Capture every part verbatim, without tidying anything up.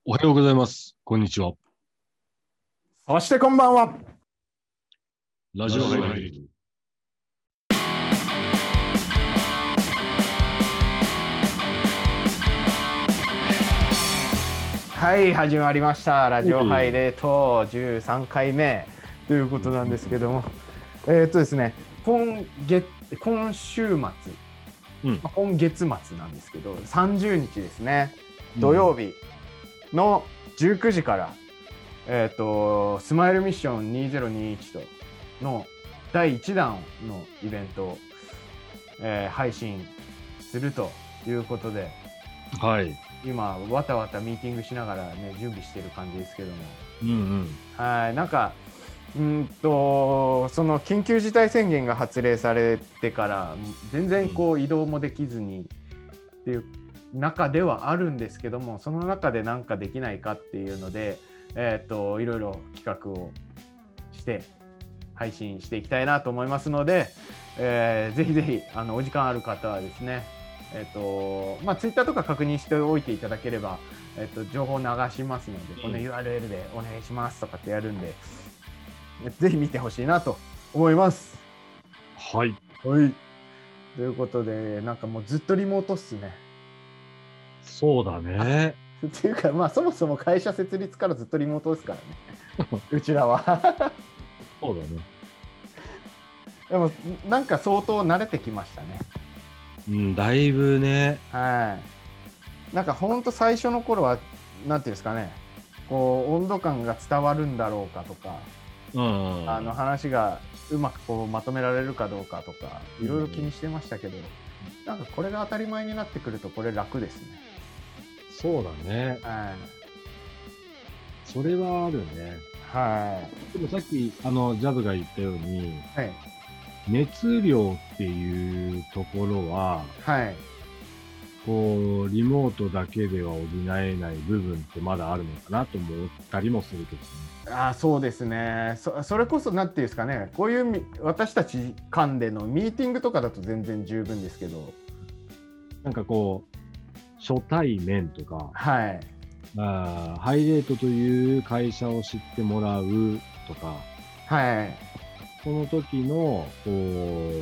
おはようございます。こんにちは。 そしてこんばんは。 ラジオハイライト。 はい、始まりました。ラジオハイレートじゅうさんかいめということなんですけども、えーっとですね、今月、今週末、 うんまあ今月末なんですけど、さんじゅうにちですね、土曜日のじゅうくじから、えーっと、スマイルミッションにせんにじゅういちとのだいいちだんのイベントを、えー配信するということで、 はい。 今わたわたミーティングしながらね準備してる感じですけども、 うんうん。 はいなんかうーんとその緊急事態宣言が発令されてから全然こう移動もできずにっていう中ではあるんですけども、その中で何かできないかっていうので、えっといろいろ企画をして配信していきたいなと思いますので、えーぜひぜひあのお時間ある方はですね、えっとまあ、ツイッターとか確認しておいていただければ、えっと情報を流しますので、この ユーアールエル でお願いしますとかってやるんで、ぜひ見てほしいなと思います。 はい。 はい。ということで、なんかもうずっとリモートっすね。 そうだね。 っていうか、まあそもそも会社設立からずっとリモートですからね。うちらは。 そうだね。 でも、なんか相当慣れてきましたね。 うん、だいぶね。 はい。なんかほんと最初の頃は、なんていうんですかね、こう温度感が伝わるんだろうかとか、 うん。 あの話がうまくこうまとめられるかどうかとか、いろいろ気にしてましたけど、なんかこれが当たり前になってくるとこれ楽ですね。 そうだね。 はい。 それはあるね。 はでもさっき、あの、ジャブが言ったように、 い。はい。 熱量っていうところは、 はい。 こう、リモートだけでは補えない部分ってまだあるのかなと思ったりもするけどね。 あ、そうですね。そ、それこそなんていうんですかね、こういうみ私たち間でのミーティングとかだと全然十分ですけど、 なんかこう、初対面とか、 はい。 あーハイレートという会社を知ってもらうとか、 はい。 その時の、こう、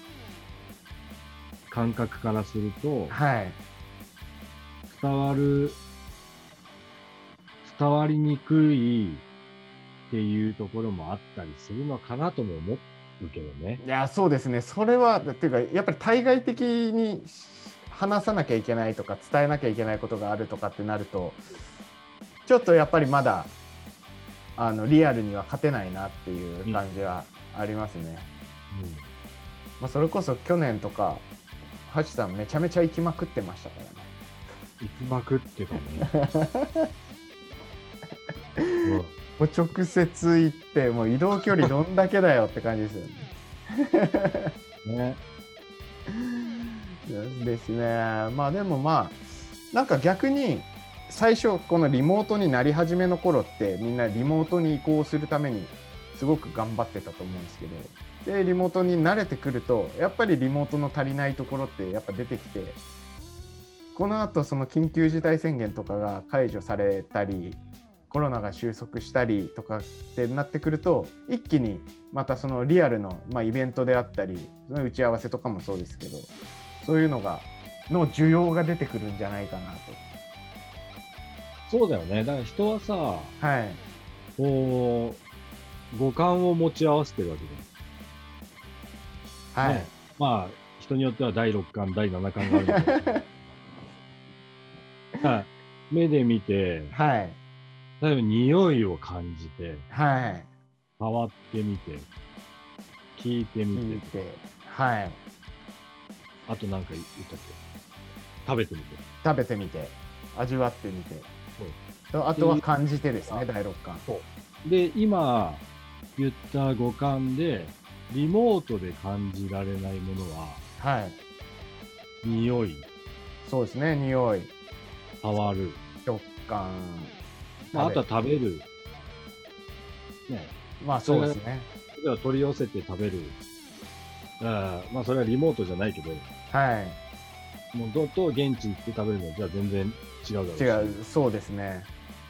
感覚からすると、 はい。 伝わる、伝わりにくいっていうところもあったりするのかなとも思うけどね。 いや、そうですね。それは、っていうか、やっぱり対外的に話さなきゃいけないとか、伝えなきゃいけないことがあるとかってなると、ちょっとやっぱりまだ、あの、リアルには勝てないなっていう感じはありますね。まあ、それこそ去年とか、ハチさんめちゃめちゃ行きまくってましたからね。 行きまくってたね。 もう直接行って、もう移動距離どんだけだよって感じですよね。 うん、ね。 ですね。まあでもまあなんか逆に最初このリモートになり始めの頃ってみんなリモートに移行するためにすごく頑張ってたと思うんですけど、でリモートに慣れてくるとやっぱりリモートの足りないところってやっぱ出てきて、この後その緊急事態宣言とかが解除されたりコロナが収束したりとかってなってくると、一気にまたそのリアルの、まあ、イベントであったりその打ち合わせとかもそうですけど、そういうのがの需要が出てくるんじゃないかなと。 そうだよね。だから人はさ、 はい。 こう、五感を持ち合わせてるわけだよ。 はい。 ね、まあ、人によってはだいろっかん、だいななかんがあるんだけど。はい、目で見て、 はい。 例えば匂いを感じて、 はい。 触ってみて、聞いてみて、 聞いて、はい。 あとなんか言ったっけ、食べてみて。 食べてみて、味わってみて、 そうあとは感じてですね、だいろっかん。 そうで、今言った五感で、リモートで感じられないものは、 はい。 匂い、 そうですね、匂い、 触る、 食感、 まあ、あとは食食べる。ね。 べまあそうですね。 例えば取り寄せて食べる。あまあそれはリモートじゃないけど、 はい。 もうどと現地行って食べるのじゃ全然違うだろうし。 違う、そうですね。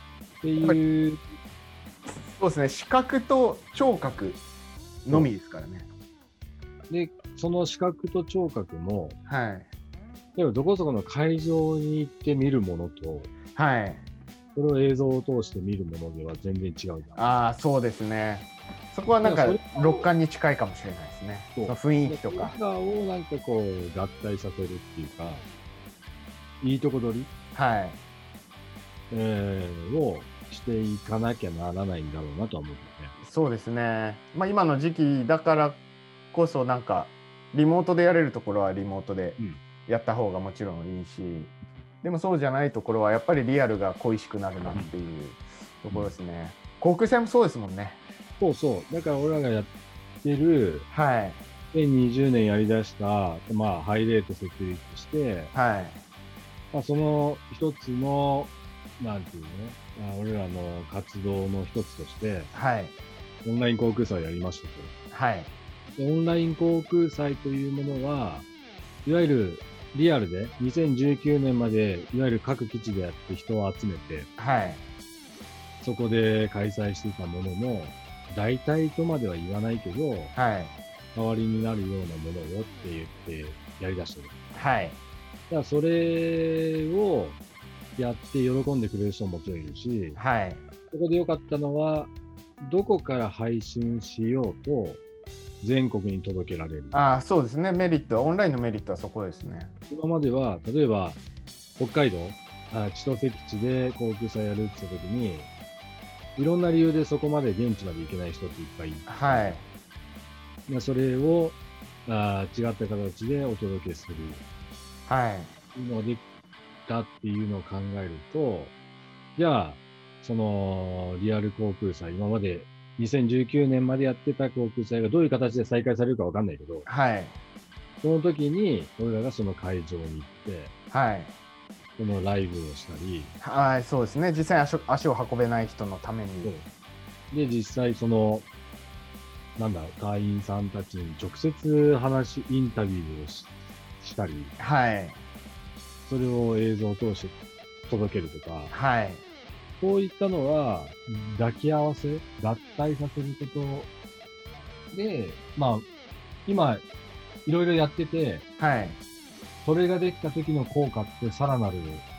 ていう。 そうですね、視覚と聴覚のみですからね。 で、その視覚と聴覚も、 はい。 例えばどこそこの会場に行って見るものと、 はい。 それを映像を通して見るものでは全然違うじゃん。 ああ、そうですね。そこはなんかだからそれ六感に近いかもしれないですね。 そうその雰囲気とか。 それらをなんかこう合体させるっていうか、いいとこ取り、 はい。 えーをしていかなきゃならないんだろうなとは思うけどね。 そうですね。まあ今の時期だからこそなんかリモートでやれるところはリモートでうん。 やった方がもちろんいいし、でもそうじゃないところはやっぱりリアルが恋しくなるなっていうところですね。航空祭もそうですもんね。 そうそう。だから俺らがやってる、 はい。 にせんにじゅうねんやり出した、まあ、ハイレート設立して、 はい。 まあ、その一つの、なんていうの、まあ、俺らの活動の一つとして、 はい。 オンライン航空祭をやりましたと。 はい。 でオンライン航空祭というものは、いわゆるリアルでにせんじゅうきゅうねんまでいわゆる各基地でやって人を集めて、 はい。 そこで開催していたものの、代替とまでは言わないけど、 はい。 代わりになるようなものよって言ってやりだしたの。だはい。 からそれをやって喜んでくれる人ももちろんいるし、 はい。 そこで良かったのは、どこから配信しようと全国に届けられる。 ああ、そうですね。メリットは、オンラインのメリットはそこですね。 今までは、例えば、北海道、あ千歳基地で航空祭やるって言った時に、いろんな理由でそこまで現地まで行けない人っていっぱいいる。 はい。 まあそれをあ違った形でお届けするはい。 のができたっていうのを考えると、じゃあ、そのリアル航空祭、今までにせんじゅうきゅうねんまでやってた航空祭がどういう形で再開されるかわかんないけど、 はい。 その時に俺らがその会場に行って、 はい。 そのライブをしたり、 はい、そうですね。実際に足を足を運べない人のために。 で、実際その、なんだろう、会員さんたちに直接話、インタビューを し, したり、 はい。 それを映像を通して届けるとか、 はい。 こういったのは抱き合わせ、合体させることで、まあ、今、いろいろやってて、 はい。 それができた時の効果ってさらなる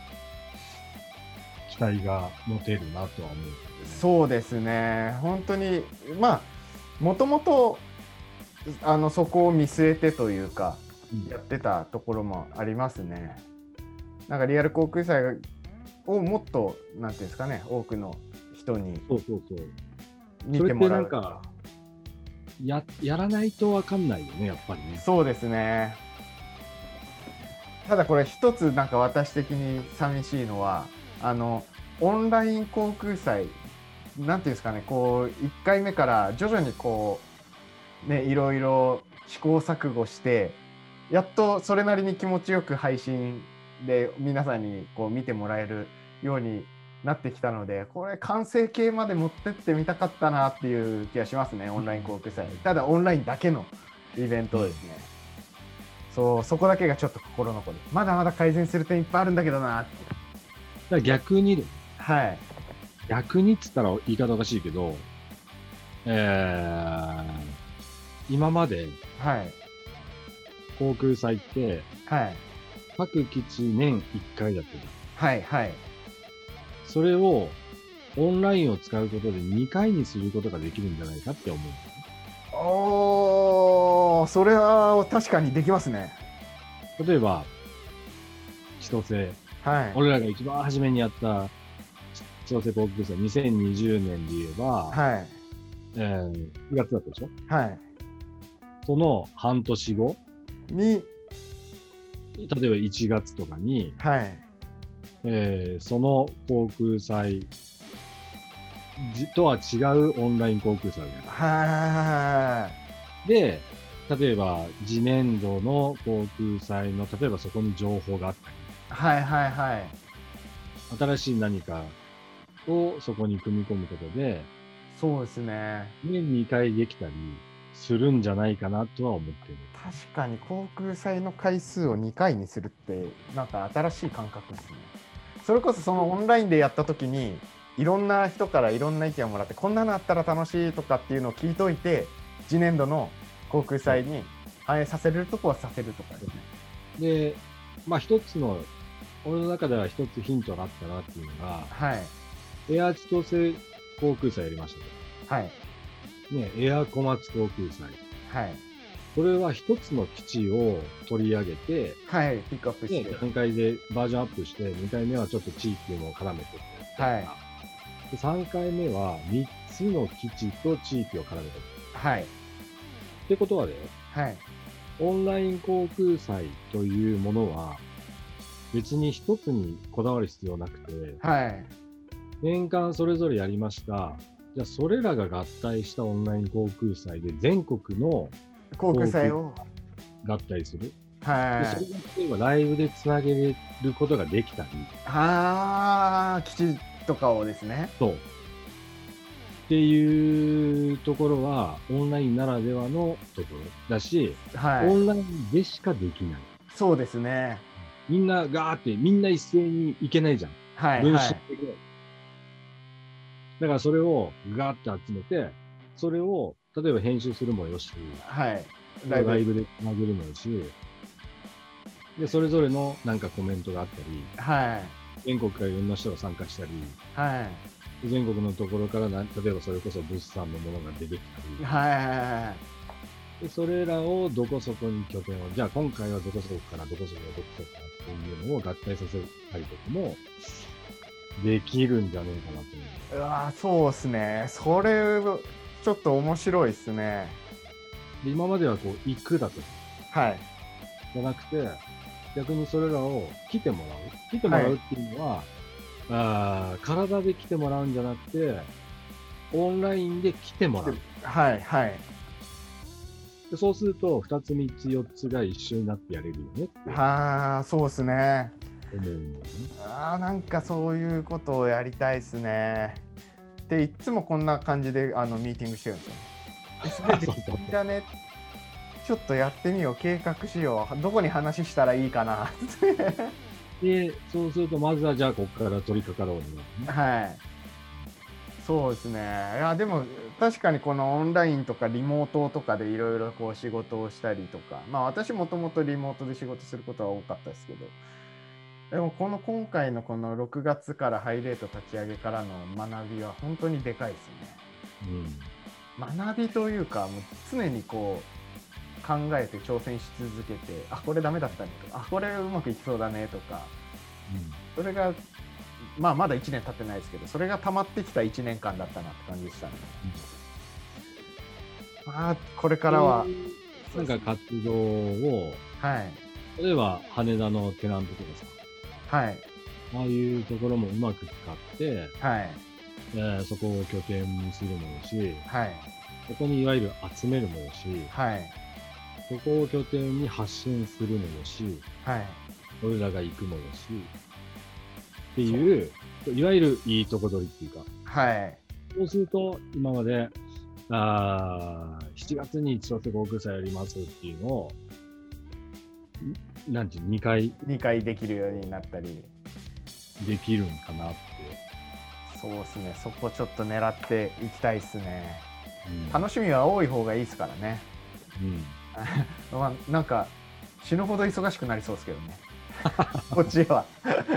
期待が持てるなとは思うんですけどね。 そうですね。本当に、まあ、もともと、あの、そこを見据えてというか、 うんやってたところもありますね。なんかリアル航空祭をもっと、なんていうんですかね、多くの人にそうそうそう。 見それっててもらう。 なんか、や、やらないとわかんないよね、やっぱりね。 そうですね。ただこれ一つなんか私的に寂しいのは、あのオンライン航空祭なんていうんですかね、こういっかいめから徐々にこうね、いろいろ試行錯誤してやっとそれなりに気持ちよく配信で皆さんにこう見てもらえるようになってきたので、これ完成形まで持ってってみたかったなっていう気がしますね。オンライン航空祭、ただオンラインだけのイベントですね。そう、そこだけがちょっと心残り。まだまだ改善する点いっぱいあるんだけどな。 だから逆にね、 はい。 逆にっつったら言い方おかしいけど、えー、今まではい。 航空祭ってはい。 各基地年いっかいだったじゃん。 はい。はい。 それをオンラインを使うことでにかいにすることができるんじゃないかって思う。 おー、それは確かにできますね。 例えば、千歳。 はい。 俺らが一番初めにやった千歳航空祭、にせんにじゅうねんで言えば、 はい。 えー、くがつだったでしょ。 はい。 その半年後、 に、 例えばいちがつとかに、 はい。 えー、その航空祭じとは違うオンライン航空祭をやる。 はで、例えば次年度の航空祭の、例えばそこに情報があったり、 い。はいはいはい。 新しい何かをそこに組み込むことで、 そうですね。 年にかいできたりするんじゃないかなとは思ってる。 確かに航空祭の回数をにかいにするってなんか新しい感覚ですね。それこそそのオンラインでやった時にいろんな人からいろんな意見をもらって、こんなのあったら楽しいとかっていうのを聞いといて、次年度の航空祭に反映させれるとこはさせるとかですね。 で、まあ一つの、俺の中では一つヒントがあったなっていうのが、 はい。 エア千歳航空祭やりましたと。 はい。 ね、エア小松航空祭。 はい。 これは一つの基地を取り上げて、 はい。ピックアップしで、 て。 段階でバージョンアップして、にかいめはちょっと地域も絡めてってやったら、でさんかいめはみっつの基地と地域を絡めてる。 はい。 ってことはだよ、 はい。 オンライン航空祭というものは、別に一つにこだわる必要なくて、 はい。 年間それぞれやりました。じゃあ、それらが合体したオンライン航空祭で全国の航空祭を。 合体する。 はで、それい。 が例えばライブでつなげることができたり、 ああ、基地とかをですね。 そう。っていうところは、オンラインならではのところだし、 はい。 オンラインでしかできない。 そうですね。 みんなガーって、みんな一斉に行けないじゃん。 はい。 分はい。 身できない。だからそれをガーって集めて、それを、例えば編集するもよし、 はい。 ライライブ。 ブでつなげるもよし、で、それぞれのなんかコメントがあったり、 はい。 全国からいろんな人が参加したり、 はい。 全国のところからな、例えばそれこそ物産のものが出てきたり、 はいはいはいでそれらをどこそこに拠点を、じゃあ今回はどこそこからどこそこからどこそこからっていうのを合体させたりとかもできるんじゃねえかなと思う。 うわー、そうですね。それちょっと面白いですね。 で今まではこう行くだとはい。 じゃなくて、逆にそれらを来てもらう。来てもらうっていうのは、あー体で来てもらうんじゃなくて、オンラインで来てもらう。 はいはい。 でそうすると、ふたつみっつよっつが一緒になってやれるよねってはあ、そうですね。 思うんだよね。 ああ、なんかそういうことをやりたいですね。で、いつもこんな感じであのミーティングしてるんですよ。それでそうそういいんだね。ちょっとやってみよう、計画しよう。どこに話したらいいかな。 で、そうすると、まずはじゃあ、ここから取り掛かろうになるね。 はい。そうですね。いや、でも確かにこのオンラインとかリモートとかでいろいろこう仕事をしたりとか、まあ私もともとリモートで仕事することは多かったですけど、でもこの今回のこのろくがつからハイレート立ち上げからの学びは本当にでかいですね。学びというか、もう常にこう考えて挑戦し続けて、あ、これダメだったねとか、あ、これうまくいきそうだねとか、それがまあまだいちねん経ってないですけど、それが溜まってきたいちねんかんだったなって感じでしたね。まあこれからはなんか活動を、 はい例えば羽田のテナントとかさ、 はいああいうところもうまく使って、 はいえーそこを拠点にするもよし、 はいそこにいわゆる集めるもよし、 はいそこを拠点に発信するもよし、 はい俺らが行くもよし、っていう、いわゆるいいとこ取りっていうか、 はいそうすると今まで、あーしちがつに千歳航空祭やりますっていうのを、んなんていうにかい理解できるようになったり、 できるんかなって。 そうですね、そこちょっと狙っていきたいですね。 うん楽しみは多い方がいいですからね。 うん、 まあなんか死ぬほど忙しくなりそうですけどね。こっちは。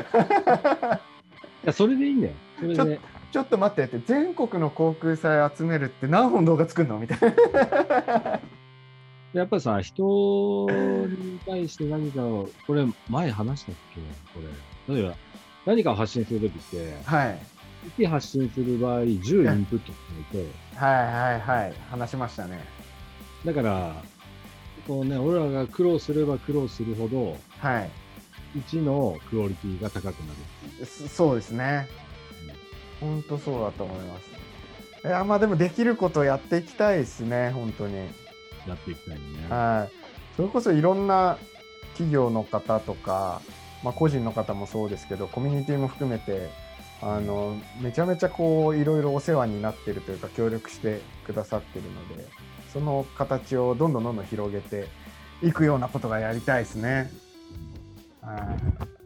いや、それでいいんだよ。それで。 ちょっと待ってって、全国の航空祭集めるって何本動画作るのみたいな。 やっぱりさ、人に対して何かを、これ前話したっけこれ。例えば、何かを発信するときって、 はいいち発信する場合、じゅうインプットしないと。 はいはいはい、話しましたね。 だから、こうね、俺らが苦労すれば苦労するほど、 はい。 いちのクオリティが高くなるっていう。 そそうですね。本当そうだと思います。いや、まあでもできることをやっていきたいですね、本当に。 やっていきたいね。 はい。それこそいろんな企業の方とか、まあ、個人の方もそうですけど、コミュニティも含めて、あのめちゃめちゃこういろいろお世話になってるというか協力してくださってるので、その形をどんどんどんどん広げていくようなことがやりたいですね。はい。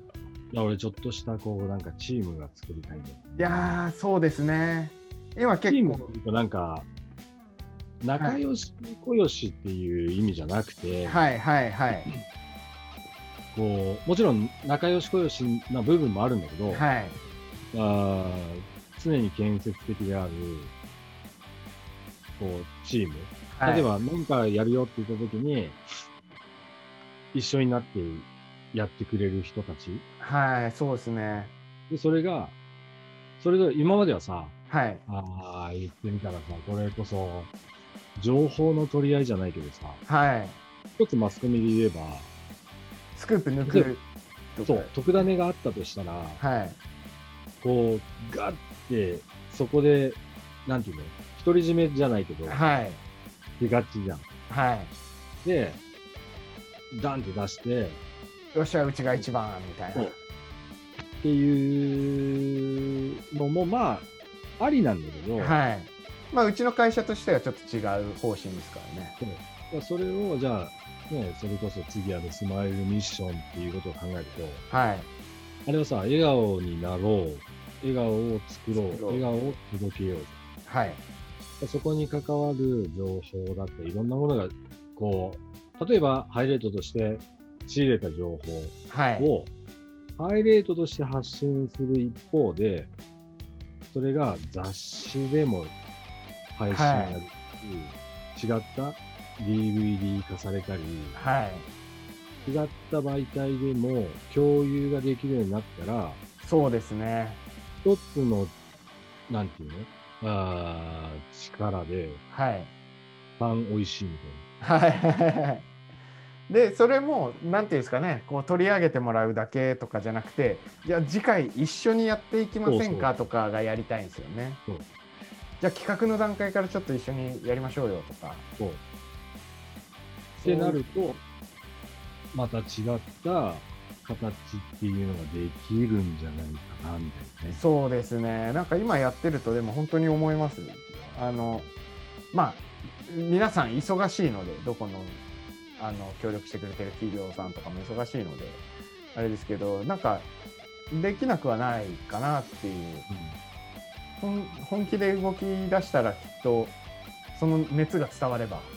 いや俺ちょっとしたこうなんかチームが作りたいんだよね。 いやーそうですね。今結チーム構っていうとなんか仲良し小良しっていう意味じゃなくて、 はいはいはいこうもちろん仲良し小良しな部分もあるんだけど、 はいあ常に建設的であるこうチーム、 はい例えば何かやるよって言った時に一緒になってやってくれる人たちはいそうですね。 で、それがそれが今まではさ、 はいああ言ってみたらさ、これこそ情報の取り合いじゃないけどさ、 はい一つマスコミで言えばスクープ抜例えくとかそう特ダネがあったとしたら、 はいこうガッてそこでなんていうの独り占めじゃないけどはい出がちじゃん。 はいでダンって出してよっしゃうちが一番みたいな。 そうっていうのもまあありなんだけど、 はいまあうちの会社としてはちょっと違う方針ですからね。 そうそれをじゃあねそれこそ次あるスマイルミッションっていうことを考えると、 はいあれはさ笑顔になろう、笑顔を作ろう、 作ろう笑顔を届けよう。 はいそこに関わる情報だったりいろんなものがこう例えばハイレートとして仕入れた情はい報をハイレートとして発信する一方で、それが雑誌でも配信ができる、違った ディーブイディー 化されたり、 はい違った媒体でも共有ができるようになったら、 そうですね。 一つの、なんていうのあー力で、 はいパン美味しいみたいな。 はいでそれもなんていうんですかね、こう取り上げてもらうだけとかじゃなくて、じゃあ次回一緒にやっていきませんかとかがやりたいんですよね。 そうじゃあ企画の段階からちょっと一緒にやりましょうよとか。 そうってなると、また違った形っていうのができるんじゃないかなみたいなね。 そうですね。なんか今やってるとでも本当に思います。あのまあ皆さん忙しいので、どこのあの協力してくれてる企業さんとかも忙しいのであれですけど、なんかできなくはないかなっていう、うん、本気で動き出したらきっとその熱が伝われば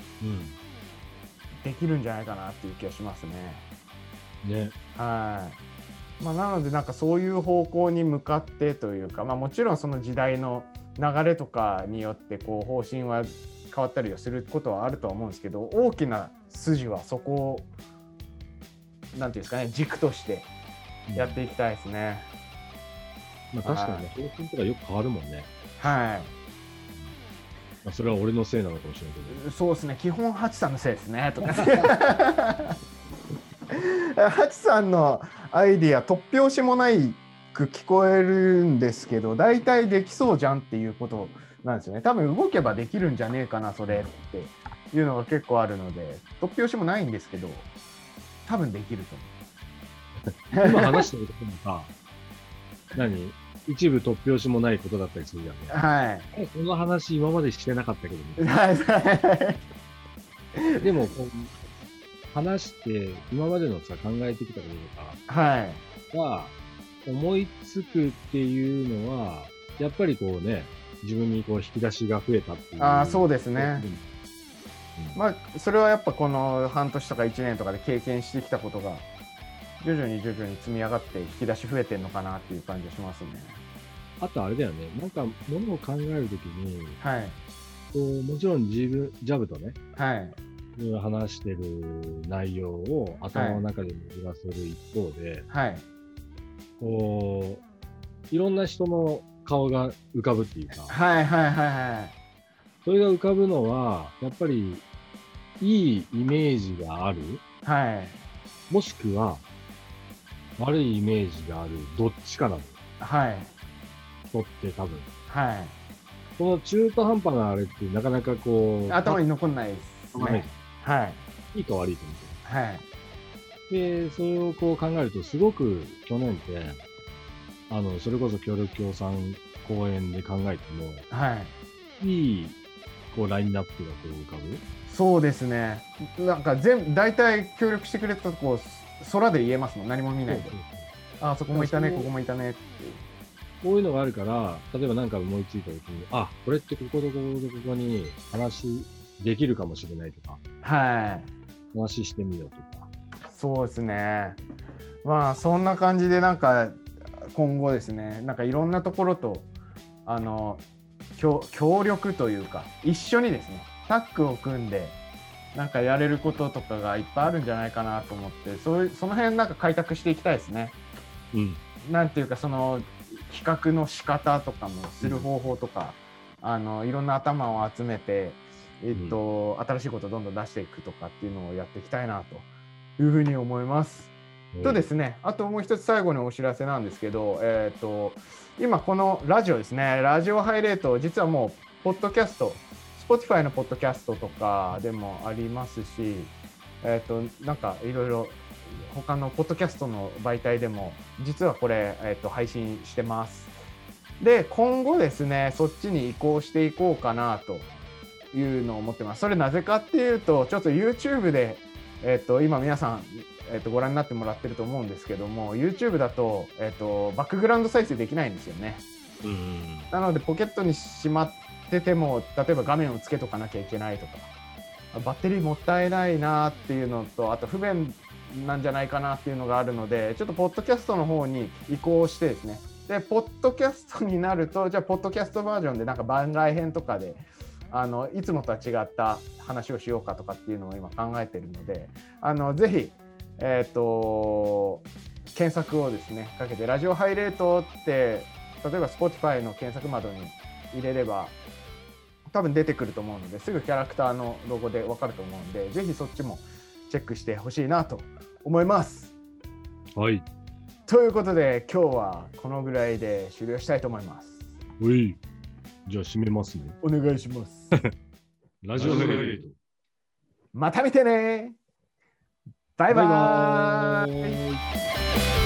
できるんじゃないかなっていう気がしますね。 うん、ね。 はい、まあ、なのでなんかそういう方向に向かってというか、まあ、もちろんその時代の流れとかによってこう方針は変わったりはすることはあるとは思うんですけど、大きな筋はそこをなんていうんですかね、軸としてやっていきたいですね。 うん、まあ確かにね、方針とかよく変わるもんね。 はい。 まあ、それは俺のせいなのかもしれないけど。 そうですね、基本ハチさんのせいですねとか。ハチさんのアイディア突拍子もないく聞こえるんですけど、大体できそうじゃんっていうことなんですよね。多分動けばできるんじゃねえかなそれっていうのが結構あるので、突拍子もないんですけど多分できると思う。 今話してることもさ、何一部突拍子もないことだったりするじゃんね。 はい。 この話今までしてなかったけどね。でもこう話して今までのさ考えてきたこととかはいが思いつくっていうのはやっぱりこうね自分にこう引き出しが増えたっていう。 ああそうですね。 うん、 まあそれはやっぱこの半年とかいちねんとかで経験してきたことが徐々に徐々に積み上がって引き出し増えてるのかなっていう感じがしますね。 あとあれだよね、なんかものを考えるときに、 はい、 こうもちろん自分ジャブとね、 はい、 話してる内容を頭の中で巡らせる一方で、 はい、 こういろんな人の顔が浮かぶっていうか、 はいはいはいはい、 それが浮かぶのはやっぱりいいイメージがある、 はい、 もしくは悪いイメージがある、どっちかなの。 はい、 人って多分。 はい。 この中途半端なあれってなかなかこう頭に残んないですね。はい。 いいか悪いかみたいな。はい。 で、それをこう考えると、すごく去年って、あの、それこそ協力協賛公演で考えても、 はい。 いい、こう、ラインナップがこう浮かぶ。 そうですね。なんか全、大体協力してくれたとこ、空で言えますもん。何も見ないで。 あそこもいたね、ここもいたねっていう。 こういうのがあるから、例えば何か思いついたときに、あ、これってこことこことここに話できるかもしれないとか、 はい。 話してみようとか。 そうですね。まあそんな感じでなんか今後ですね、なんかいろんなところとあの 協, 協力というか一緒にですねタッグを組んでなんかやれることとかがいっぱいあるんじゃないかなと思って、そういうその辺なんか開拓していきたいですね。 うん。 なんていうかその企画の仕方とかもする方法とか、うん、あのいろんな頭を集めて、えっと、うん、新しいことをどんどん出していくとかっていうのをやっていきたいなというふうに思います。うん、とですね、あともう一つ最後にお知らせなんですけど、えっと今このラジオですね、ラジオハイレート実はもうポッドキャスト、Spotify のポッドキャストとかでもありますし、えっとなんかいろいろ他のポッドキャストの媒体でも実はこれ、えー、と配信してます。で今後ですねそっちに移行していこうかなというのを思ってます。それなぜかっていうとちょっと YouTube で、えー、と今皆さん、えー、とご覧になってもらってると思うんですけども YouTube だと、えー、とバックグラウンド再生できないんですよね。うん、なのでポケットにしまってても例えば画面をつけとかなきゃいけないとかバッテリーもったいないなっていうのとあと不便なんじゃないかなっていうのがあるのでちょっとポッドキャストの方に移行してですね、でポッドキャストになるとじゃあポッドキャストバージョンでなんか番外編とかであのいつもとは違った話をしようかとかっていうのを今考えているのであのぜひ、えーと、検索をですねかけてラジオハイレートって例えば Spotify の検索窓に入れれば多分出てくると思うのですぐキャラクターのロゴで分かると思うんでぜひそっちもチェックしてほしいなと思います。 はい。 ということで今日はこのぐらいで終了したいと思います。 はい。じゃあ締めますね。 お願いします。 ラジオハイレート。 また見てね。バイバーイ。バイバーイ。